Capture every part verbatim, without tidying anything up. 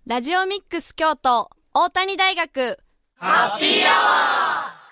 ラジオミックス京都大谷大学ハッピーアワー。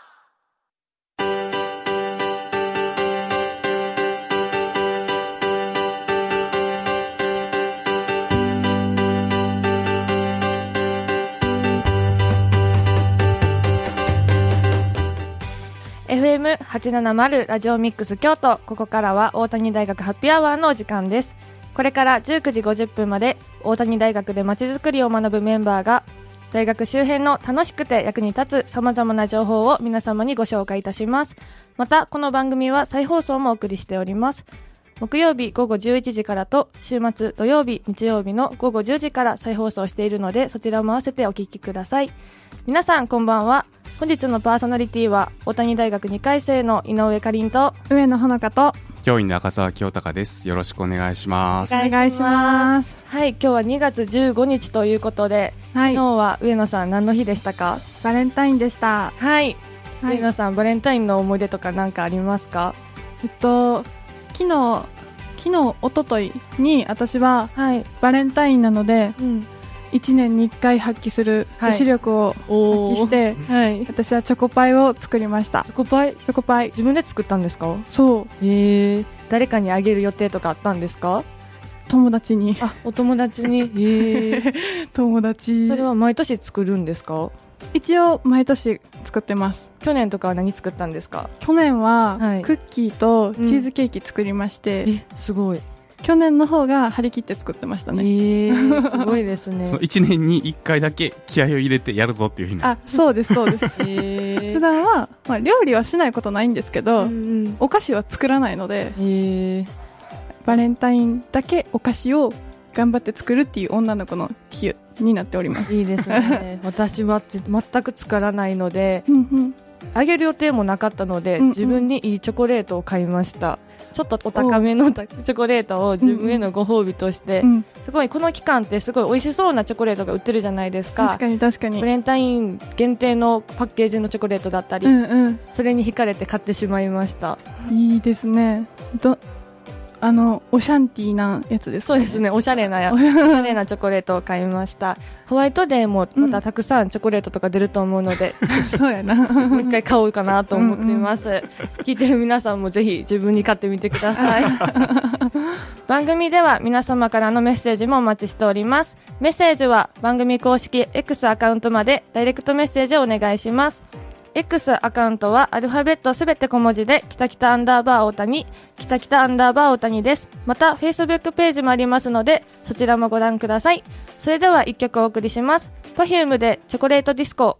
エフエムはちななまる ラジオミックス京都。ここからは大谷大学ハッピーアワーのお時間です。これからじゅうくじごじゅっぷんまで大谷大学でまちづくりを学ぶメンバーが大学周辺の楽しくて役に立つ様々な情報を皆様にご紹介いたします。またこの番組は再放送もお送りしております。木曜日午後じゅういちじからと週末土曜日日曜日の午後じゅうじから再放送しているので、そちらも合わせてお聞きください。皆さんこんばんは。本日のパーソナリティは大谷大学にかい生の井上かりんと上野ほのかと教員の赤澤清隆です。よろしくお願いします。 お願いします。 はい、今日はにがつじゅうごにちということで、はい、昨日は上野さん何の日でしたか？ バレンタインでした。 はい、はい、上野さんバレンタインの思い出とか何かありますか？ えっと昨日昨日一昨日に私は、はい、バレンタインなので、うん、いちねんにいっかい発揮する女子力を発揮して、はい、私はチョコパイを作りました。 チョコパイ？ チョコパイ自分で作ったんですか？ そう。 へー。誰かにあげる予定とかあったんですか？ 友達に。 あ、お友達に。へー。 友達。 それは毎年作るんですか？ 一応毎年作ってます。 去年とかは何作ったんですか？ 去年はクッキーとチーズケーキ作りまして、 うん、え、すごい。 去年の方が張り切って作ってましたね。 えー、すごいですね。 そのいちねんにいっかいだけ気合を入れてやるぞっていうふうに。 あ、そうですそうです。えー、普段は、まあ、料理はしないことないんですけど、うんうん、お菓子は作らないので、えー、バレンタインだけお菓子を頑張って作るっていう女の子の日になっております。 いいですね。私は全く作らないので、うんうん、あげる予定もなかったので、うんうん、自分にいいチョコレートを買いました。ちょっとお高めのチョコレートを自分へのご褒美として、うんうん、すごいこの期間ってすごい美味しそうなチョコレートが売ってるじゃないですか。 確かに確かに。 バレンタイン限定のパッケージのチョコレートだったり、うんうん、それに惹かれて買ってしまいました。 いいですね。どあのオシャンティーなやつですかね。 そうですね、おしゃれなおしゃれなチョコレートを買いました。ホワイトデーもまたたくさんチョコレートとか出ると思うので、うん、 そうやな、 もう一回買おうかなと思っています。うんうん、聞いてる皆さんもぜひ自分に買ってみてください。番組では皆様からのメッセージもお待ちしております。メッセージは番組公式 X アカウントまでダイレクトメッセージをお願いします。X アカウントはアルファベットすべて小文字で北北アンダーバー大谷、北北アンダーバー大谷です。また Facebook ページもありますのでそちらもご覧ください。それでは一曲お送りします。 Perfume でチョコレートディスコ。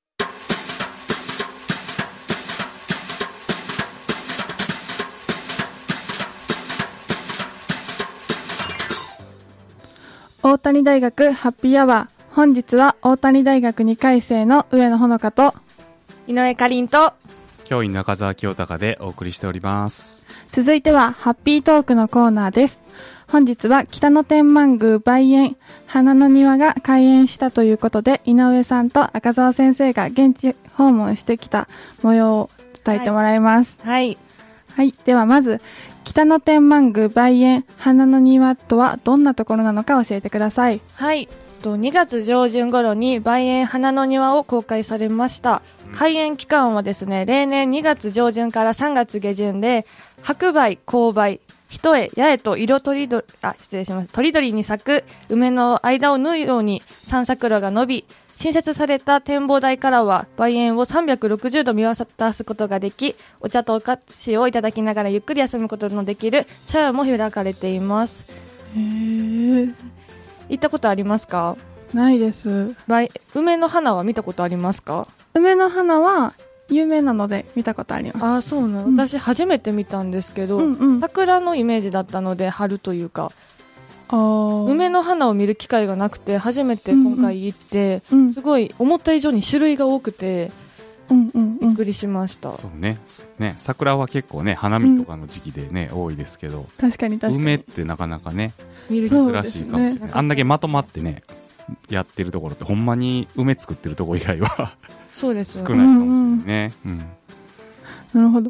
大谷大学ハッピーアワー。本日は大谷大学にかい生の上野ほのかと井上かりんと教員の赤澤清隆でお送りしております。 続いてはハッピートークのコーナーです。本日は北野天満宮梅園花の庭が開園したということで、井上さんと赤澤先生が現地訪問してきた模様を伝えてもらいます。 はい、 はいはい、ではまず北野天満宮梅園花の庭とはどんなところなのか教えてください。 はい、にがつ上旬頃に梅園花の庭を公開されました。開園期間はですね、例年にがつ上旬からさんがつ下旬で、白梅、紅梅、一重、八重と色とりどり、あ、失礼します。とりどりに咲く梅の間を縫うように散桜が伸び、新設された展望台からは梅園をさんびゃくろくじゅうど見渡すことができ、お茶とお菓子をいただきながらゆっくり休むことのできる茶屋も開かれています。 へー。 行ったことありますか？ ないです。 梅の花は見たことありますか？ 梅の花は有名なので見たことあります。 あ、そうなの、うん、私初めて見たんですけど、うんうん、桜のイメージだったので春というか、あ梅の花を見る機会がなくて初めて今回行って、うんうん、すごい思った以上に種類が多くて、うんうんうん、びっくりしました。 そうね、ね、桜は結構ね花見とかの時期でね、うん、多いですけど、 確かに確かに梅ってなかなかね見る珍しいかもしれない、ね、あんだけまとまってねやってるところってほんまに梅作ってるところ以外はそうですよ少ないかもしれないね、うんうん、 なるほど。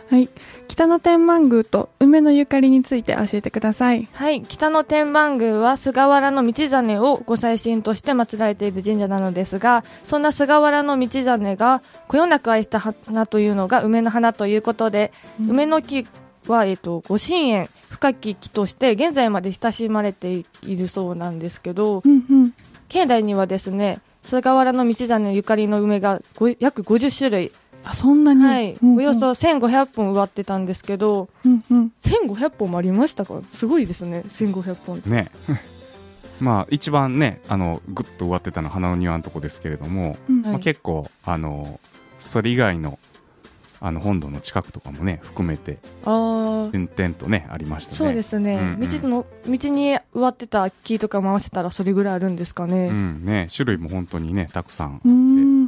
はい。北野天満宮と梅のゆかりについて教えてください。 はい、北野天満宮は菅原道真をご祭神として祀られている神社なのですが、そんな菅原道真がこよなく愛した花というのが梅の花ということで、うん、梅の木は、えーと、ご神苑深き木として現在まで親しまれているそうなんですけど、うんうん、境内にはですね、菅原道真ゆかりの梅が約ごじゅっしゅるい、 あ、そんなに、 はい、うんうん、およそせんごひゃっぽん植わってたんですけど、うんうん、せんごひゃっぽんもありましたか？すごいですね、せんごひゃっぽんってね。まあ一番ね、あのグッと植わってたのは花の庭のとこですけれども、うん、まあ、結構あのそれ以外のあの本堂の近くとかもね含めて点々とねありましたね。 そうですね、うんうん、道の道に植わってた木とか回せたらそれぐらいあるんですかね。 うんね、種類も本当にねたくさんあって、 うん、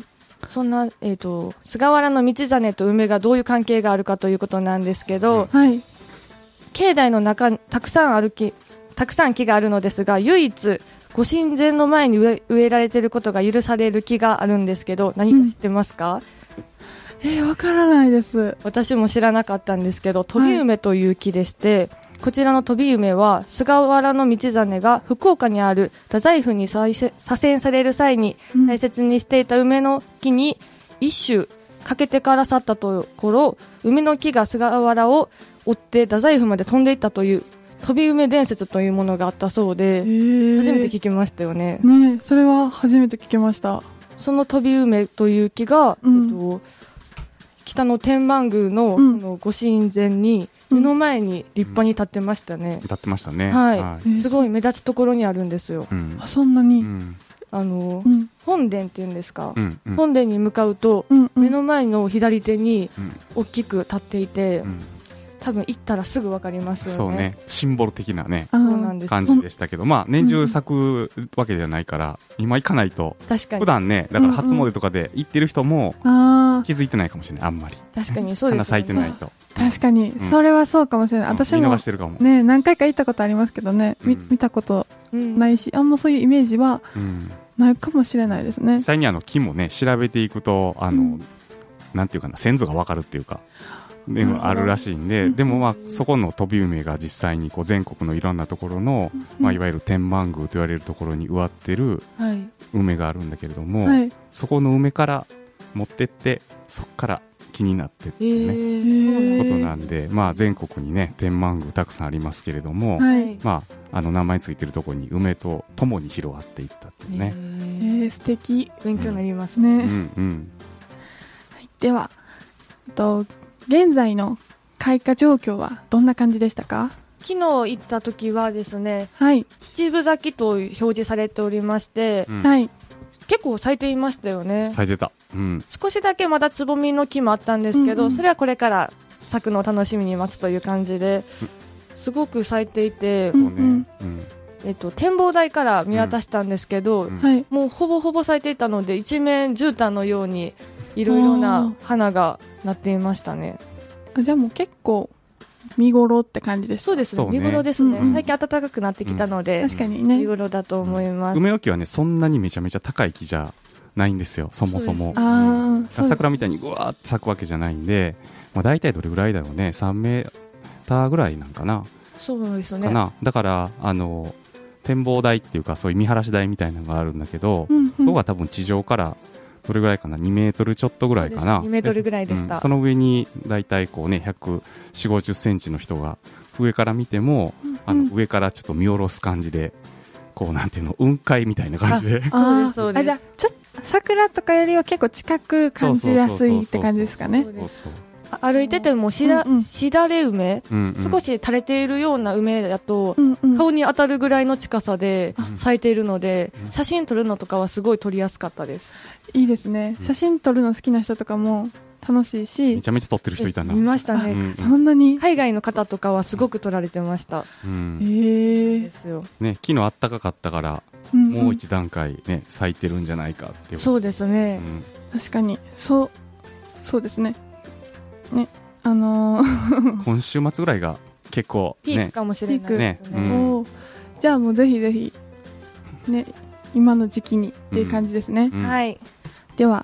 そんな、えーと、菅原道真と梅がどういう関係があるかということなんですけど、うん、はい、境内の中たくさんある木たくさん木があるのですが、唯一ご神前の前に植 え, 植えられていることが許される木があるんですけど、何か知ってますか？うん、 えー、わからないです。 私も知らなかったんですけど、飛び梅という木でして、はい、こちらの飛び梅は菅原道真が福岡にある太宰府に左遷される際に大切にしていた梅の木に一種かけてから去ったところ、梅の木が菅原を追って太宰府まで飛んでいったという飛び梅伝説というものがあったそうで、初めて聞きましたよね。 ね、それは初めて聞きました。 その飛び梅という木が、うん、えっと北野天満宮 の, そのご神前に目の前に立派に立ってましたね。うん、 立ってましたね。 はい、はい、すごい目立つところにあるんですよ。 うん、あ、そんなに、うん、 あの、うん、本殿っていうんですか、うんうん、本殿に向かうと、うんうん、目の前の左手に大きく立っていて、うん、多分行ったらすぐ分かりますよね。 そうね、シンボル的なねそうなんです感じでしたけど、まあ年中咲くわけではないから、うん、今行かないと、 確かに普段ね、だから初詣とかで行ってる人も気づいてないかもしれない、あんまり。 確かにそうですね、 花咲いてないと。 確かに、うん、それはそうかもしれない。 うん、 私も見逃してるかもね、何回か行ったことありますけどね、うん、見たことないし、あんまそういうイメージはないかもしれないですね。 実際にあの木もね調べていくと、あの、うん、なんていうかな、先祖が分かるっていうかでもあるらしいんで、うん、でもまあそこの飛び梅が実際にこう全国のいろんなところの、うんまあ、いわゆる天満宮と言われるところに植わってる梅があるんだけれども、はい、そこの梅から持ってってそこから木になってっていうね、えー、ことなんで、まあ、全国にね天満宮たくさんありますけれども、はい、まあ、あの名前ついてるところに梅とともに広がっていったっていうね、 えー、素敵、 勉強になりますね、 うんうんうん、はい、ではと現在の開花状況はどんな感じでしたか？ 昨日行った時はですね、 はい、 七分咲きと表示されておりまして、 うん、 はい、 結構咲いていましたよね。 咲いてた、うん、 少しだけまだつぼみの木もあったんですけど、うんうん、それはこれから咲くのを楽しみに待つという感じで、すごく咲いていて、 そうね、うんえっと、展望台から見渡したんですけど、うんうん、もうほぼほぼ咲いていたので一面絨毯のようにいろいろな花がなっていましたね。 あ、じゃあもう結構見頃って感じですか？ そうですね、見頃ですね、うんうん、最近暖かくなってきたので、 うん、確かにね、 見頃だと思います、 うん、梅の木はねそんなにめちゃめちゃ高い木じゃないんですよ、そもそも。 あ、うん、 桜みたいにぐわーって咲くわけじゃないんで、まあ、大体どれぐらいだろうね、さんメーターぐらいなんかな。 そうですね、 かな。だからあの展望台っていうかそういう見晴らし台みたいなのがあるんだけど、うんうん、そこが多分地上からどれぐらいかな、にメートルちょっとぐらいかな。 にメートルぐらいでした、 うん、その上に大体こうねひゃくよんじゅう、ごじゅっセンチの人が上から見ても、うんうん、あの上からちょっと見下ろす感じで、こうなんていうの、雲海みたいな感じで。 そうですそうです。 あ、じゃあちょっと桜とかよりは結構近く感じやすいって感じですかね。 そうそう歩いててもしだ、 うんうん、 しだれ梅、うんうん、少し垂れているような梅だと、うんうん、顔に当たるぐらいの近さで咲いているので、うん、写真撮るのとかはすごい撮りやすかったです。 いいですね、写真撮るの好きな人とかも楽しいし、 めちゃめちゃ撮ってる人いたな。 見ましたね、 うん、そんなに海外の方とかはすごく撮られてました、 うん、 へーですよ、 ね、昨日あったかかったから、うんうん、もう一段階、ね、咲いてるんじゃないかっていう。 そうですね、 うん、確かにそうそうですねね、あのー、 今週末ぐらいが結構、ね、 ピークかもしれないですね、 ね、うん、 じゃあもうぜひぜひ、ね、今の時期にっていう感じですね、 うんうん、はい。 では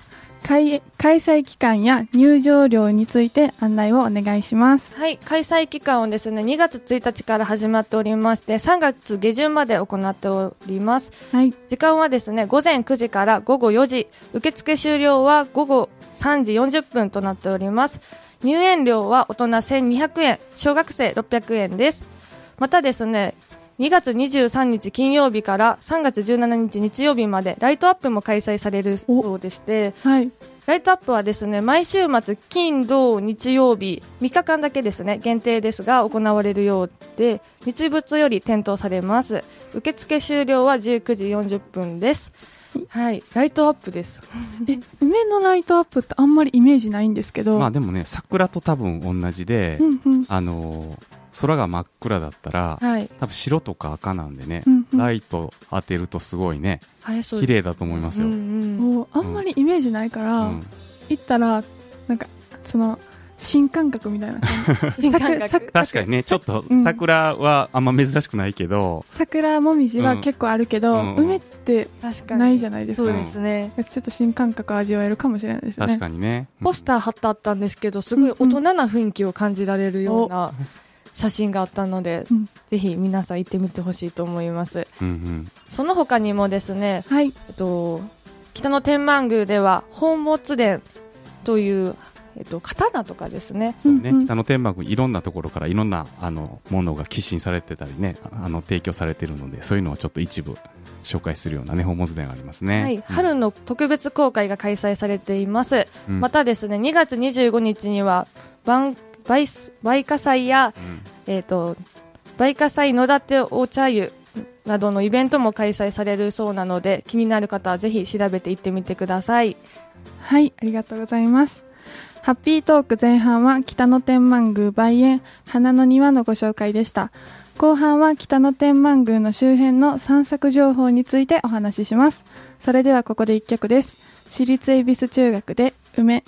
開開催期間や入場料について案内をお願いします。 はい、開催期間はですね、にがつついたちから始まっておりまして、さんがつげじゅんまで行っております。 はい。 時間はですね、ごぜんくじからごごよじ、受付終了はごごさんじよんじゅっぷんとなっております。入園料は大人せんにひゃくえん、小学生ろっぴゃくえんです。またですね、にがつにじゅうさんにち金曜日からさんがつじゅうしちにち日曜日までライトアップも開催されるそうでして、 はい、 ライトアップはですね、毎週末金土日曜日みっかかんだけですね、限定ですが行われるようで、日没より点灯されます。受付終了はじゅうくじよんじゅっぷんです。はい、ライトアップですえ、梅のライトアップってあんまりイメージないんですけど、 まあでもね、桜と多分同じで、 うんうん、 あのー空が真っ暗だったら、 はい、 多分白とか赤なんでね、 うんうん、 ライト当てるとすごいね、綺麗だと思いますよ、 うんうん、 あんまりイメージないから、うん、行ったらなんかその新感覚みたいな感じ新感覚確かにね、ちょっと桜はあんま珍しくないけど、 うん、桜もみじは結構あるけど、うん、梅ってないじゃないですか。 そうですね、 ちょっと新感覚を味わえるかもしれないですね。 確かにね、 ポスター貼ってあったんですけど、すごい大人な雰囲気を感じられるような写真があったので、うん、ぜひ皆さん行ってみてほしいと思います、 うんうん、 その他にもですね、 はい、 えっと、北野天満宮では宝物殿という、えっと、刀とかですね、 そうね、うんうん、北野天満宮いろんなところからいろんなあのものが寄進されてたりね、あの提供されているので、そういうのをちょっと一部紹介するようなね、宝物殿がありますね、 はい、 うん、 春の特別公開が開催されています、うん、またですね、にがつにじゅうごにちには晩梅花祭や、うん、えーと、梅花祭野立お茶湯などのイベントも開催されるそうなので、気になる方はぜひ調べて行ってみてください。 はい、ありがとうございます。ハッピートーク前半は北野天満宮梅園花の庭のご紹介でした。後半は北野天満宮の周辺の散策情報についてお話しします。それではここで一曲です。私立恵比寿中学で梅。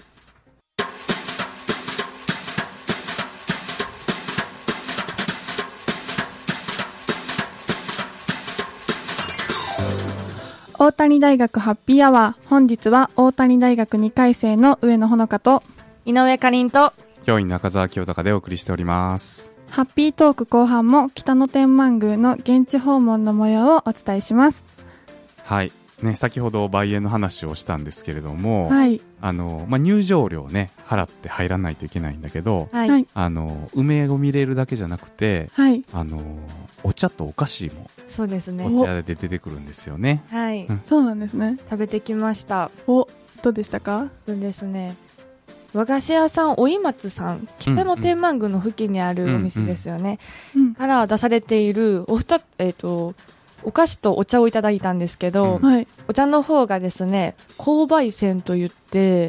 大谷大学ハッピーアワー、本日は大谷大学にかいせいの上野ほのかと井上かりんと教員中澤清隆でお送りしております。 ハッピートーク後半も北野天満宮の現地訪問の模様をお伝えします。 はいね、先ほど梅園の話をしたんですけれども、 はい、 あのまあ、入場料ね払って入らないといけないんだけど、 はい、 あの梅を見れるだけじゃなくて、 はい、 あのお茶とお菓子もそうですね、 お茶で出てくるんですよね。 はい、 うん、そうなんですね。 食べてきました。 お、どうでしたか？ そうですね、和菓子屋さんおい松さん、北野天満宮の付近にあるお店ですよね、うんうん、から出されているお二つ、えーとお菓子とお茶をいただいたんですけど、 うん、 お茶の方がですね、紅梅煎と言って、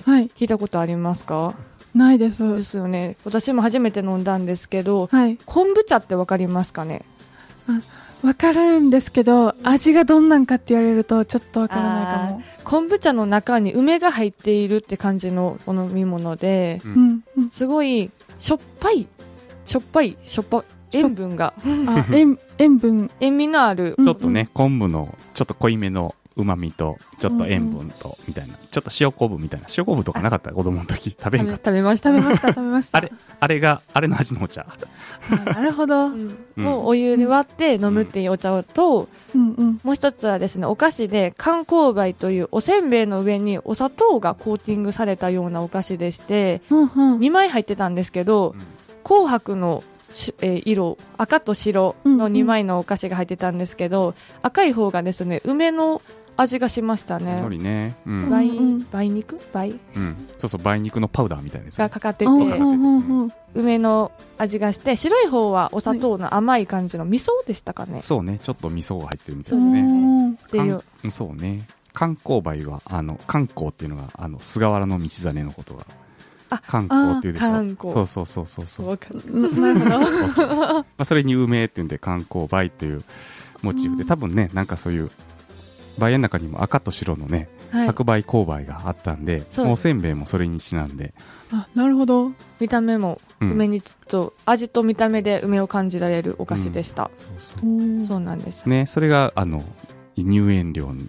はい、聞いたことありますか？ ないです。 ですよね。私も初めて飲んだんですけど、 はい、 昆布茶ってわかりますかね？ あ、わかるんですけど、味がどんなんかって言われるとちょっとわからないかも。 昆布茶の中に梅が入っているって感じのお飲み物で、 うんうん、 すごいしょっぱいしょっぱいしょっぱい塩分があ塩, 塩分塩味のある、 ちょっとね、昆布のちょっと濃いめのうまみとちょっと塩分とみたいな、ちょっと塩昆布みたいな、塩昆布とかなかった？子供の時食べんかった？ 食べました食べました食べましたあれあれがあれの味のお茶なるほど、 うんうん、をお湯で割って飲むっていうお茶と、 うんうん、 もう一つはですね、お菓子で寒紅梅というおせんべいの上にお砂糖がコーティングされたようなお菓子でして、 うんうん、 にまい入ってたんですけど、うん、紅白のえー、色赤と白のにまいのお菓子が入ってたんですけど、うんうん、赤い方がですね、梅の味がしましたね。 ね、うん、 梅, 梅肉梅、 うん、そうそう、梅肉のパウダーみたいなやつがかかってて、 うんうんうん、 梅の味がして、白い方はお砂糖の甘い感じの味噌でしたかね。 そうね、ちょっと味噌が入ってるみたいですね。っていうそうね、観光梅はあの観光っていうのがあの菅原道真のことが観光っていうでしょ。 観光、 そうそうそうそうそう、 なるほどまあそれに梅っていうんで観光梅っていうモチーフで、多分ね、なんかそういう梅園の中にも赤と白のね、はい、白梅紅梅があったんで、おせんべいもそれにちなんで、 あ、なるほど。 見た目も梅にちょっと、うん、味と見た目で梅を感じられるお菓子でした、 うん、そうそうそうなんですね。それがあの入園料に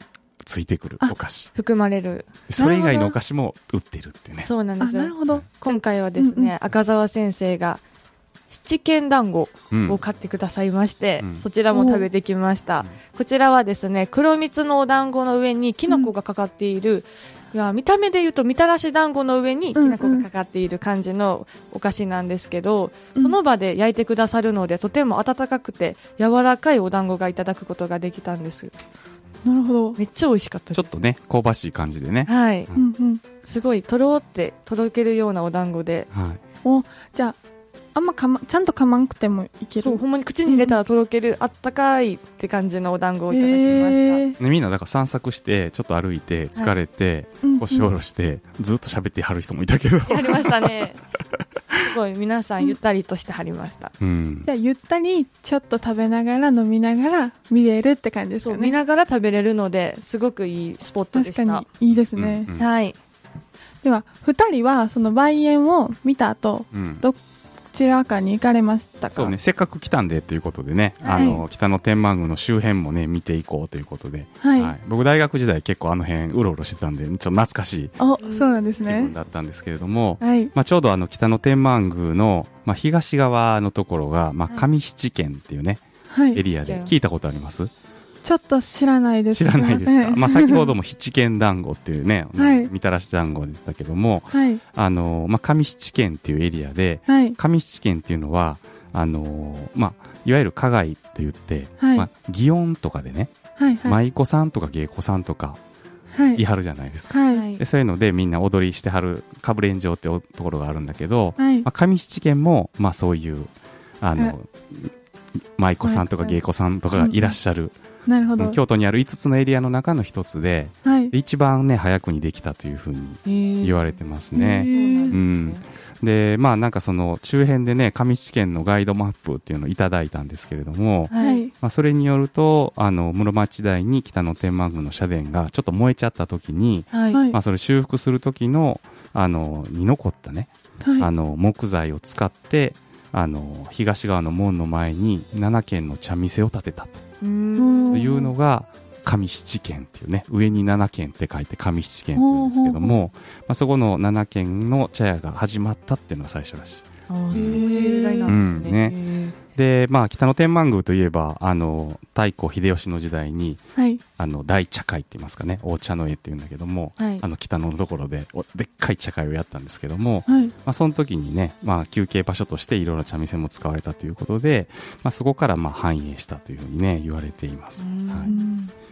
ついてくるお菓子。 含まれる。 それ以外のお菓子も売ってるっていうね。 そうなんですよ。 なるほど。 今回はですね、うんうん、赤澤先生が七軒団子を買ってくださいまして、うん、そちらも食べてきました、うん、こちらはですね、黒蜜のお団子の上にきのこがかかっている、うん、いや見た目で言うとみたらし団子の上にきなこがかかっている感じのお菓子なんですけど、うんうん、その場で焼いてくださるのでとても温かくて柔らかいお団子がいただくことができたんです。 なるほど。 めっちゃ美味しかったです。 ちょっとね香ばしい感じでね、 はい、 うんうん、 すごいとろってとろけるようなお団子で、 はい、 おじゃああんまかまちゃんとかまんくてもいける。 そう、ほんまに口に入れたらとろける、うん、あったかいって感じのお団子をいただきました、えーね、みんなだから散策してちょっと歩いて疲れて、はい、腰を下ろして、うんうん、ずっと喋ってはる人もいたけどやりましたねすごい皆さんゆったりとしてはりました、 うん、 じゃあゆったりちょっと食べながら飲みながら見れるって感じですかね。 そう見ながら食べれるのですごくいいスポットでした。 確かにいいですね、 うんうん、 はい。 ではふたりはその梅園を見た後、うん、どこちらかに行かれましたか？ そうね、せっかく来たんでということでね、はい、あの北野天満宮の周辺もね見ていこうということで、 はいはい、僕大学時代結構あの辺うろうろしてたんでちょっと懐かしいおそうなんですね気分だったんですけれども、 はいまあ、ちょうどあの北野天満宮の、まあ、東側のところが、まあ、上七軒っていうね、はい、エリアで聞いたことあります？ ちょっと知らないです。 知らないですか？まあ、先ほども七軒団子っていうね、 はい、 みたらし団子でしたけども、 はい、 あの、まあ、上七軒っていうエリアで、 はい、 上七軒っていうのは、あの、まあ、いわゆる花街って言って、 はいまあ、祇園とかでね、 はいはい、 舞妓さんとか芸妓さんとか、 はい、 いはるじゃないですか、 はい、 でそういうのでみんな踊りしてはるかぶれん場ってところがあるんだけど、 はいまあ、上七軒も、まあ、そういうあの、はい、舞妓さんとか芸妓さんとかがいらっしゃる、 なるほど。 京都にあるいつつのエリアの中の一つで、 はい、 で一番ね早くにできたというふうに言われてますね。 へーうんでまあなんかその周辺でね上七軒のガイドマップっていうのをいただいたんですけれども、 はいまあ、それによるとあの室町時代に北野天満宮の社殿がちょっと燃えちゃった時に、 はいまあ、それ修復する時のあのに残ったね、 はい、 あの木材を使ってあの東側の門の前になな軒の茶店を建てたというのが上七軒っていうね、上になな軒って書いて上七軒って言うんですけども、まあ、そこのなな軒の茶屋が始まったっていうのが最初らしい。 あそういう時代なんですね。 うんねでまあ、北野天満宮といえばあの太閤秀吉の時代に、 はい、 あの大茶会って言いますかね、大茶の絵っていうんだけども、 はい、 あの北野のところででっかい茶会をやったんですけども、 はいまあ、その時にね、まあ、休憩場所としていろいろ茶店も使われたということで、まあ、そこからまあ繁栄したというふうにね言われています。はい、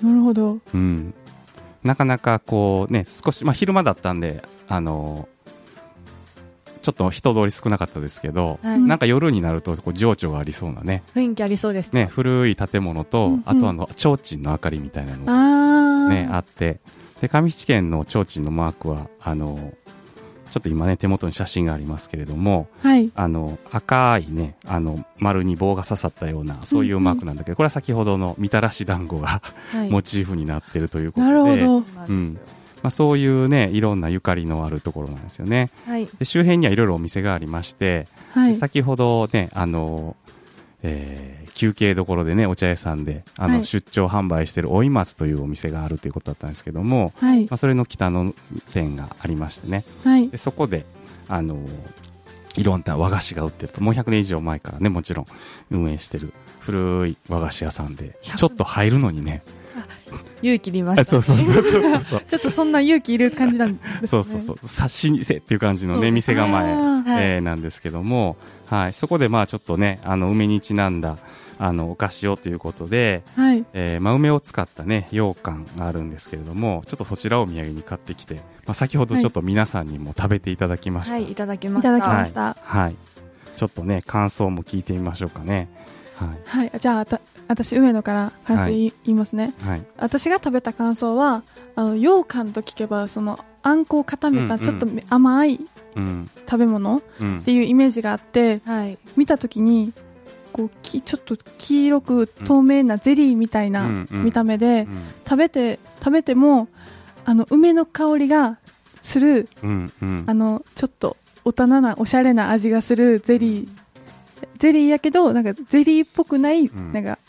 なるほど、 うん、なかなかこうね少し、まあ、昼間だったんであのちょっと人通り少なかったですけど、 はい、 なんか夜になるとこう情緒がありそうなね雰囲気ありそうですね、古い建物と、うんうん、あとあの提灯の明かりみたいなのが、ね、あってで上七軒の提灯のマークはあのちょっと今ね手元に写真がありますけれども、 はい、 あの赤いねあの丸に棒が刺さったようなそういうマークなんだけど、うんうん、これは先ほどのみたらし団子が、はい、モチーフになっているということで、 なるほど、 うんまあ、そういうねいろんなゆかりのあるところなんですよね、 はい、 で周辺にはいろいろお店がありまして、 はい、 先ほどねあの、えー、休憩どころでねお茶屋さんであの、はい、出張販売しているおい松というお店があるということだったんですけども、 はいまあ、それの北の店がありましてね、 はい、 でそこであのいろんな和菓子が売ってるともうひゃくねん以上前からねもちろん運営してる古い和菓子屋さんでちょっと入るのにね勇気いりましたね。 そうそうそうそうそうちょっとそんな勇気いる感じなんですね。 そうそうそう察しにせっていう感じのね店構え、えー、なんですけども、はい、そこでまあちょっとねあの梅にちなんだあのお菓子をということで、 はいえーまあ、梅を使ったね羊羹があるんですけれどもちょっとそちらをお土産に買ってきて、まあ、先ほどちょっと皆さんにも食べていただきました。 はい、いただきました。 いただきました。 はい、はい、ちょっとね感想も聞いてみましょうかね。はい、 はい、じゃあた私上野から感想言い、はい、言いますね、 はい、 私が食べた感想はあの羊羹と聞けばそのあんこを固めたちょっと甘い食べ物っていうイメージがあって、 うんはい、 見た時にこうきちょっと黄色く透明なゼリーみたいな見た目で、うんうん、食べて食べてもあの梅の香りがする、 うんうん、 あのちょっと大人なおしゃれな味がするゼリーゼリーやけどなんかゼリーっぽくない、うん、なんか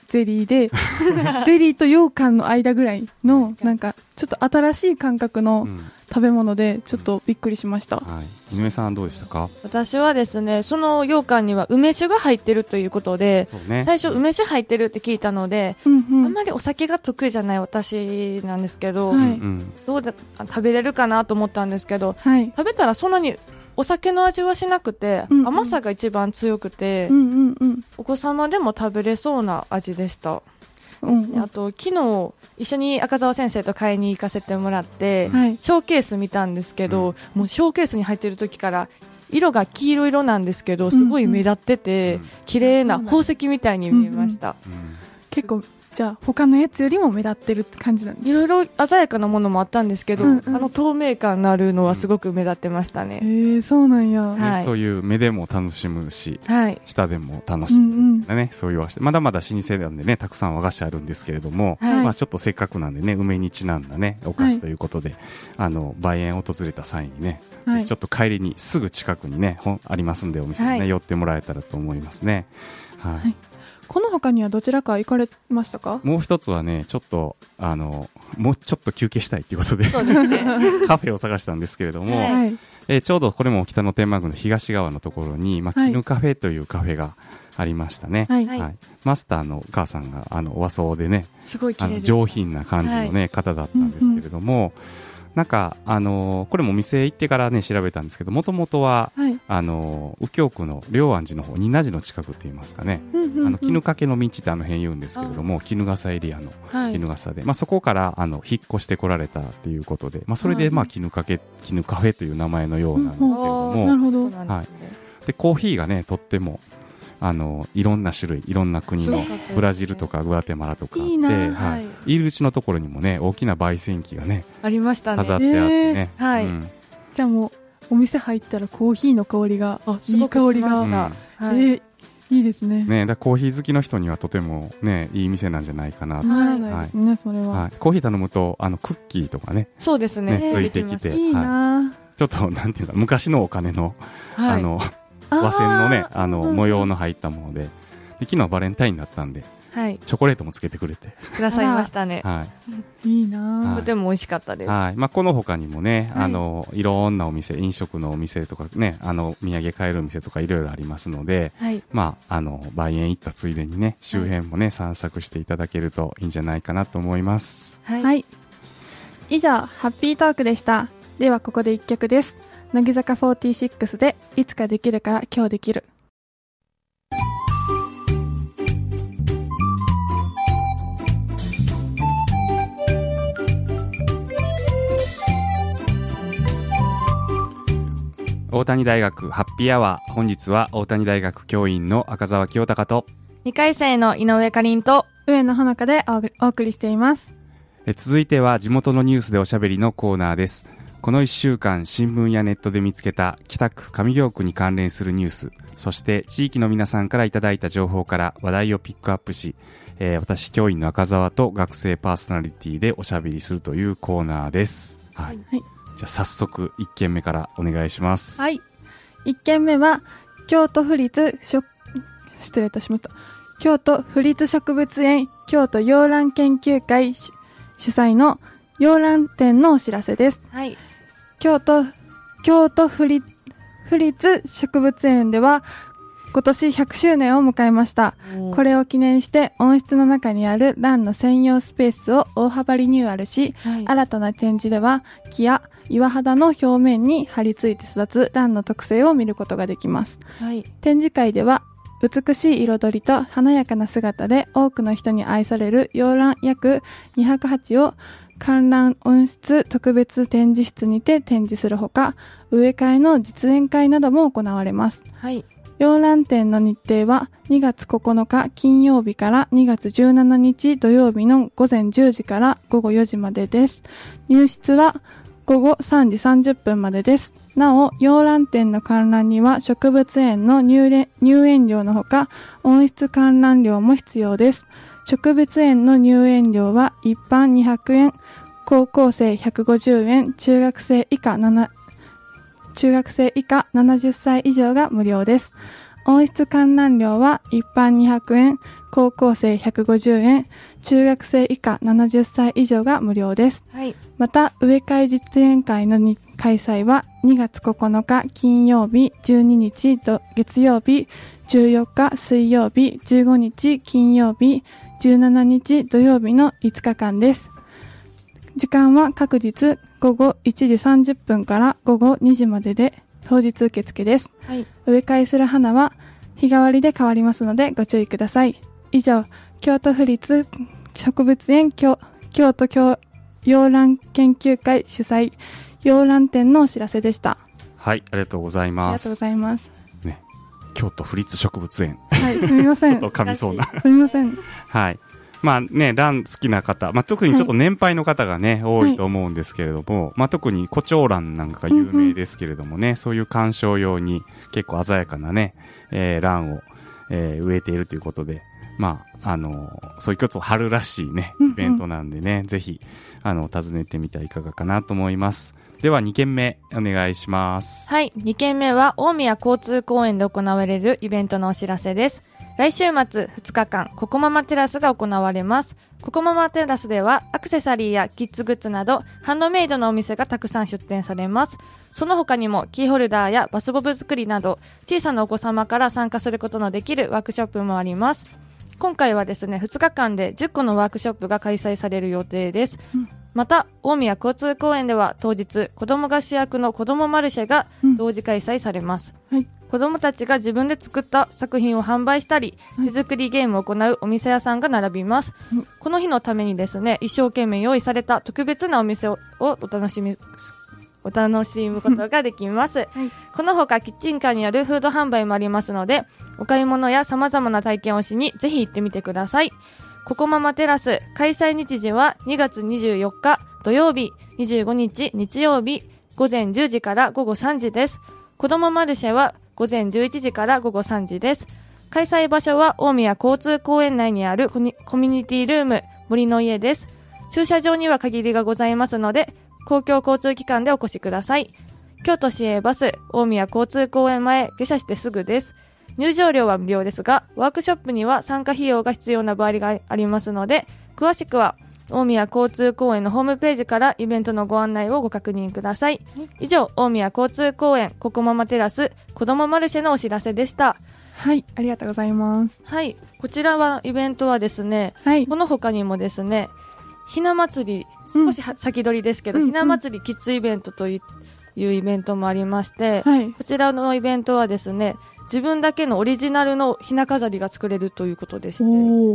ゼリーでゼリーと羊羹の間ぐらいのなんかちょっと新しい感覚の食べ物でちょっとびっくりしました、 うんはい、井上さんどうでしたか？ 私はですね、その羊羹には梅酒が入ってるということで、 ね、 最初梅酒入ってるって聞いたので、 うんうん、 あんまりお酒が得意じゃない私なんですけど、 はい、 どうだ食べれるかなと思ったんですけど、 はい、 食べたらそんなにお酒の味はしなくて、うんうん、甘さが一番強くて、 うんうんうん、 お子様でも食べれそうな味でした、 うんうん、 あと昨日一緒に赤澤先生と買いに行かせてもらって、 はい、 ショーケース見たんですけど、うん、もうショーケースに入ってる時から色が黄色色なんですけどすごい目立ってて、うんうん、綺麗な宝石みたいに見えました、 うんうん、結構じゃあ他のやつよりも目立ってるって感じなんですか？ いろいろ鮮やかなものもあったんですけど、うんうん、あの透明感のあるのはすごく目立ってましたね、 うん、へーそうなんや、 はい、 そういう目でも楽しむし、 はい、 舌でも楽しむ、ねうんうん、 そういう和菓子まだまだ老舗なんでねたくさん和菓子あるんですけれども、はい、まあ、ちょっとせっかくなんでね梅にちなんだねお菓子ということで、はい、あの梅園訪れた際にね、はい、ちょっと帰りにすぐ近くにねありますんでお店にね、はい、寄ってもらえたらと思いますね、はいはい、 この他にはどちらか行かれましたか？ もう一つはねちょっとあのもうちょっと休憩したいということで、 そうですね、 カフェを探したんですけれども、 はい、 えー、ちょうどこれも北野天満宮の東側のところに、まあ、絹カフェというカフェがありましたね、 はいはい、マスターのお母さんがあの和装でねすごい綺麗であの上品な感じの、ねはい、方だったんですけれども、うんうん、なんか、あのー、これもお店行ってからね調べたんですけどもともとは、はい、あのー、右京区の龍安寺の方仁和寺の近くって言いますかね、うんうんうん、あの絹かけの道ってあの辺言うんですけれども衣笠エリアの衣笠で、はい、まあ、そこからあの引っ越してこられたっていうことで、まあ、それで、まあ、絹かけ絹カフェという名前のようなんですけれども、 うんうん、なるほど、 はい、でコーヒーがねとってもあのいろんな種類いろんな国のブラジルとかグアテマラとかあって、 いいな、 はい、入り口のところにもね大きな焙煎機がねありましたね、 飾ってあってね、 えーはい、 うん、 じゃあもうお店入ったらコーヒーの香りがいい香りが、うん、はい、えー、いいですね。 ね、だコーヒー好きの人にはとてもねいい店なんじゃないかなと、 はい、はい、ね、それは、 はい、コーヒー頼むとあのクッキーとかね、 そうですね、 ねついてきて、 いいな、 はい、ちょっとなんていうか昔のお金の、はい、あの和銭のねあの模様の入ったもので、で昨日はバレンタインだったんで、はい、チョコレートもつけてくれてくださいましたね、 はい、 いいな、 とても美味しかったです、 はい、まあ、この他にもね、はい、あのいろんなお店飲食のお店とかねあの土産買えるお店とかいろいろありますので、はい、まあ、あの梅園行ったついでにね周辺もね、はい、散策していただけるといいんじゃないかなと思います、 はいはい、以上ハッピートークでした。ではここでいっきょくです。乃木坂フォーティーシックスでいつかできるから今日できる。 大谷大学ハッピーアワー、本日は大谷大学教員の赤澤清隆とにかい生の井上かりんと上野ほのかでお送りしています。 え続いては地元のニュースでおしゃべりのコーナーです。このいっしゅうかん新聞やネットで見つけた北区上京区に関連するニュース、そして地域の皆さんからいただいた情報から話題をピックアップし、えー、私教員の赤澤と学生パーソナリティでおしゃべりするというコーナーです。はい、はい、じゃあ早速いっけんめからお願いします。 はい、いっけんめは京都府立植失礼いたしました京都府立植物園京都洋蘭研究会主催の洋蘭展のお知らせです。 はい、 京都京都府立府立植物園では今年ひゃくしゅうねんを迎えました。これを記念して温室の中にあるランの専用スペースを大幅リニューアルし、はい、新たな展示では木や岩肌の表面に張り付いて育つランの特性を見ることができます。はい、展示会では美しい彩りと華やかな姿で多くの人に愛される洋蘭約にひゃくはちを観覧温室特別展示室にて展示するほか、植え替えの実演会なども行われます。はい、洋蘭展の日程はにがつここのか金曜日からにがつじゅうしちにち土曜日のごぜんじゅうじからごごよじまでです。入室はごごさんじさんじゅっぷんまでです。なお、洋蘭展の観覧には植物園の 入, 入園料のほか温室観覧料も必要です。植物園の入園料は一般にひゃくえん、高校生ひゃくごじゅうえん、中学生以下7中学生以下ななじゅっさい以上が無料です。 温室観覧料は一般にひゃくえん、高校生ひゃくごじゅうえん、中学生以下ななじゅっさい以上が無料です。 はい。 また、植え替え実演会のに開催はにがつここのか金曜日、じゅうににち月曜日、じゅうよっか水曜日、じゅうごにち金曜日、じゅうしちにち土曜日のいつかかんです。時間は各日午後いちじさんじゅっぷんから午後にじまでで、当日受付です。 はい。 植え替えする花は日替わりで変わりますのでご注意ください。以上、京都府立植物園京京都京洋蘭研究会主催洋蘭展のお知らせでした。 はい、ありがとうございありがとうごます。 ざいます。 ね、京都府立植物園。 はい、すみません。 ちょっと噛みそうな。 すみません。 はい。まあね、ラン好きな方、まあ特にちょっと年配の方がね、多いと思うんですけれども、まあ特に胡蝶蘭なんかが有名ですけれどもね、そういう鑑賞用に結構鮮やかなね、えー、蘭を、えー植えているということで、まあ、あのーそういうこと春らしいね、イベントなんでね、ぜひ、あの、訪ねてみてはいかがかなと思います。ではにけんめお願いします。 はい。にけんめは大宮交通公園で行われるイベントのお知らせです。来週末ふつかかん、ココママテラスが行われます。ココママテラスではアクセサリーやキッズグッズなどハンドメイドのお店がたくさん出店されます。その他にもキーホルダーやバスボブ作りなど小さなお子様から参加することのできるワークショップもあります。今回はですね、ふつかかんでじゅっこのワークショップが開催される予定です。うんまた、大宮交通公園では当日、子供が主役の子供マルシェが同時開催されます。 うんはい、 子供たちが自分で作った作品を販売したり、 はい、 手作りゲームを行うお店屋さんが並びます。うん、この日のためにですね、一生懸命用意された特別なお店をお楽しみ、お楽しむことができます。はい、この他、キッチンカーにあるフード販売もありますので、お買い物や様々な体験をしにぜひ行ってみてください。ココママテラス開催日時はにがつにじゅうよっか土曜日、にじゅうごにち日曜日、午前じゅうじから午後さんじです。子どもマルシェは午前じゅういちじから午後さんじです。開催場所は大宮交通公園内にあるコミュニティルーム森の家です。駐車場には限りがございますので、公共交通機関でお越しください。京都市営バス大宮交通公園前下車してすぐです。入場料は無料ですが、ワークショップには参加費用が必要な場合がありますので、詳しくは大宮交通公園のホームページからイベントのご案内をご確認ください。以上、大宮交通公園ココママテラス子どもマルシェのお知らせでした。 はい、ありがとうございます。 はい、こちらはイベントはですね、はい、この他にもですね、ひな祭り、少し先取りですけど、うん、ひな祭りキッズイベントというイベントもありまして、はい、こちらのイベントはですね、自分だけのオリジナルのひな飾りが作れるということでして、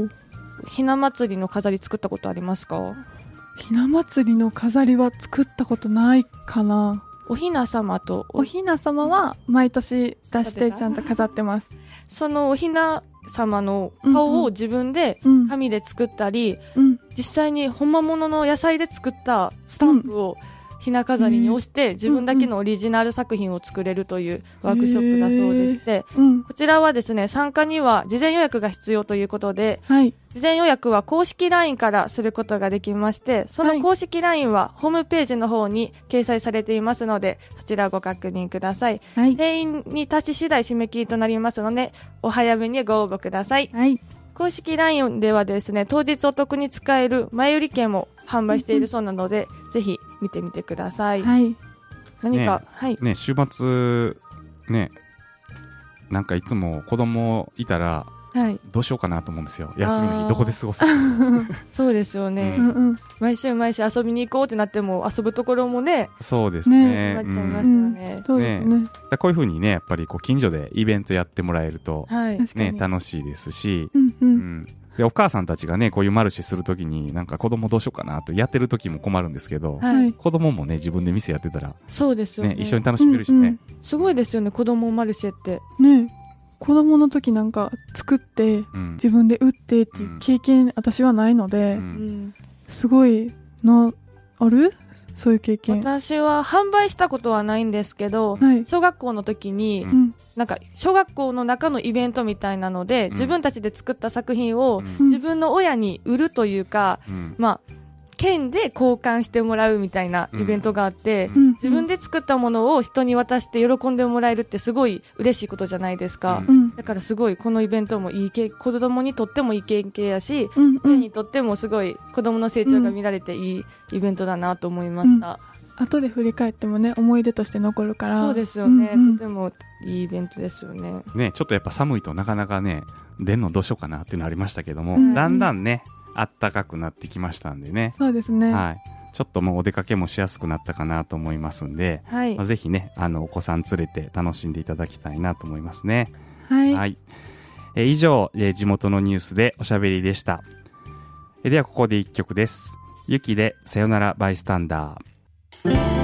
ひな祭りの飾り作ったことありますか？ ひな祭りの飾りは作ったことないかな。 おひな様とおひな様は毎年出してちゃんと飾ってます。 そのおひな様の顔を自分で紙で作ったり、うんうん、実際に本物の野菜で作ったスタンプをひな飾りに押して自分だけのオリジナル作品を作れるというワークショップだそうでして、うん、こちらはですね、参加には事前予約が必要ということで、はい、事前予約は公式 ライン からすることができまして、その公式 ライン はホームページの方に掲載されていますので、そちらをご確認ください。はい、定員に達し次第締め切りとなりますので、お早めにご応募ください。はい、公式 ライン ではですね、当日お得に使える前売り券も販売しているそうなので、うん、ぜひ見てみてください。はい、何か、 ね、 はい。 ね、週末、ね、なんかいつも子供いたら、はい、どうしようかなと思うんですよ。休みの日どこで過ごすか。 そうですよね、うんうん。毎週毎週遊びに行こうってなっても遊ぶところもね。 そうですね。 なっちゃいますよね。 うん、ねねこういう風にね、やっぱりこう近所でイベントやってもらえると、はい、ね、楽しいですし、うんうんうん、でお母さんたちがね、こういうマルシェするときになんか子供どうしようかなとやってるときも困るんですけど、はい、子供もね、自分で店やってたら、 そうですよね。 一緒に楽しめるしね、うんうん。 すごいですよね、子供マルシェって。 ね。子供の時なんか作って、うん、自分で売ってっていう経験、うん、私はないので、うん、すごいのあるそういう経験。 私は販売したことはないんですけど、はい、小学校の時に、うん、なんか小学校の中のイベントみたいなので、うん、自分たちで作った作品を、うん、自分の親に売るというか、うん、まあ券で交換してもらうみたいなイベントがあって、 うん自分で作ったものを人に渡して喜んでもらえるってすごい嬉しいことじゃないですか、 うんうんだからすごいこのイベントもいい経子供にとってもいい経験やし、 うんうん親にとってもすごい子供の成長が見られていいイベントだなと思いました、 後で振り返ってもね思い出として残るから。 そうですよね、 うんうんとてもいいイベントですよね。 ね、ちょっとやっぱ寒いとなかなかね、出んのどうしようかなっていうのありましたけども、 うんだんだんね、暖かくなってきましたんでね。 そうですね。 はい。ちょっともうお出かけもしやすくなったかなと思いますんで、 はいまあ、ぜひね、あの、お子さん連れて楽しんでいただきたいなと思いますね。 はい。 はい。えー以上、えー地元のニュースでおしゃべりでした。えーではここで一曲です。ゆきでさよならバイスタンダー。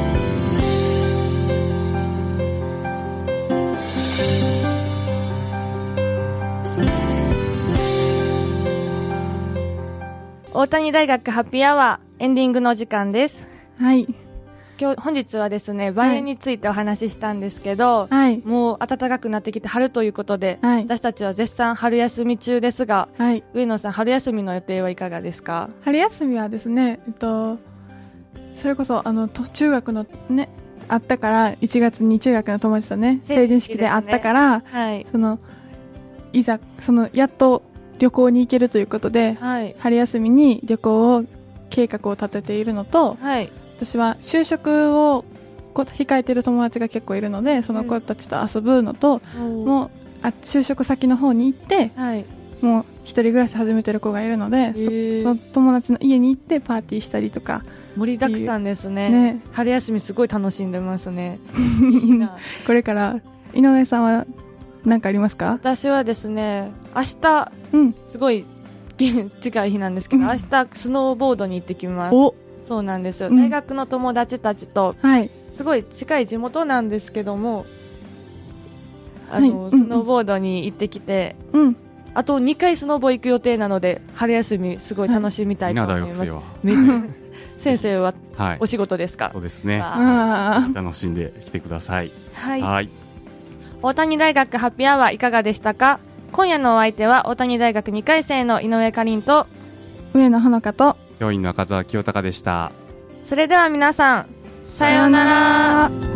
大谷大学ハッピーアワーエンディングの時間です。 はい。 今日本日はですね、梅園についてお話ししたんですけど、 はい。 もう暖かくなってきて春ということで、 はい私たちは絶賛春休み中ですが、 はい。 上野さん春休みの予定はいかがですか？ 春休みはですね、えっと、それこそ、あの、と中学のね、あったから、いちがつに中学の友達とね、成人式であったから、 はいその、いざ、その、やっと旅行に行けるということで、 はい春休みに旅行を、計画を立てているのと、 はい私は就職をこ控えている友達が結構いるので、その子たちと遊ぶのと、もうあ就職先の方に行ってはいもう一人暮らし始めてる子がいるので、 へーその友達の家に行ってパーティーしたりとか、 盛りだくさんですね。 ね春休みすごい楽しんでますね。いいな。 これから井上さんは何かありますか？ 私はですね、明日うん。 すごい近い日なんですけど、 うん明日スノーボードに行ってきます。 お、 そうなんですよ、 うん大学の友達たちとはい。 すごい近い地元なんですけども、あの、 はいスノーボードに行ってきて、 うん。 あとにかいスノボ行く予定なので春休みすごい楽しみたいと思います、 稲田よめ先生ははいお。仕事ですか？ そうですね。 ああ楽しんできてください。 はい、 はい。 大谷大学ハッピーアワーいかがでしたか？今夜のお相手は大谷大学にかい生の井上かりんと、 ー上野ほのかと、 教員の赤澤清隆でした。 それでは皆さんさようなら。 さようなら。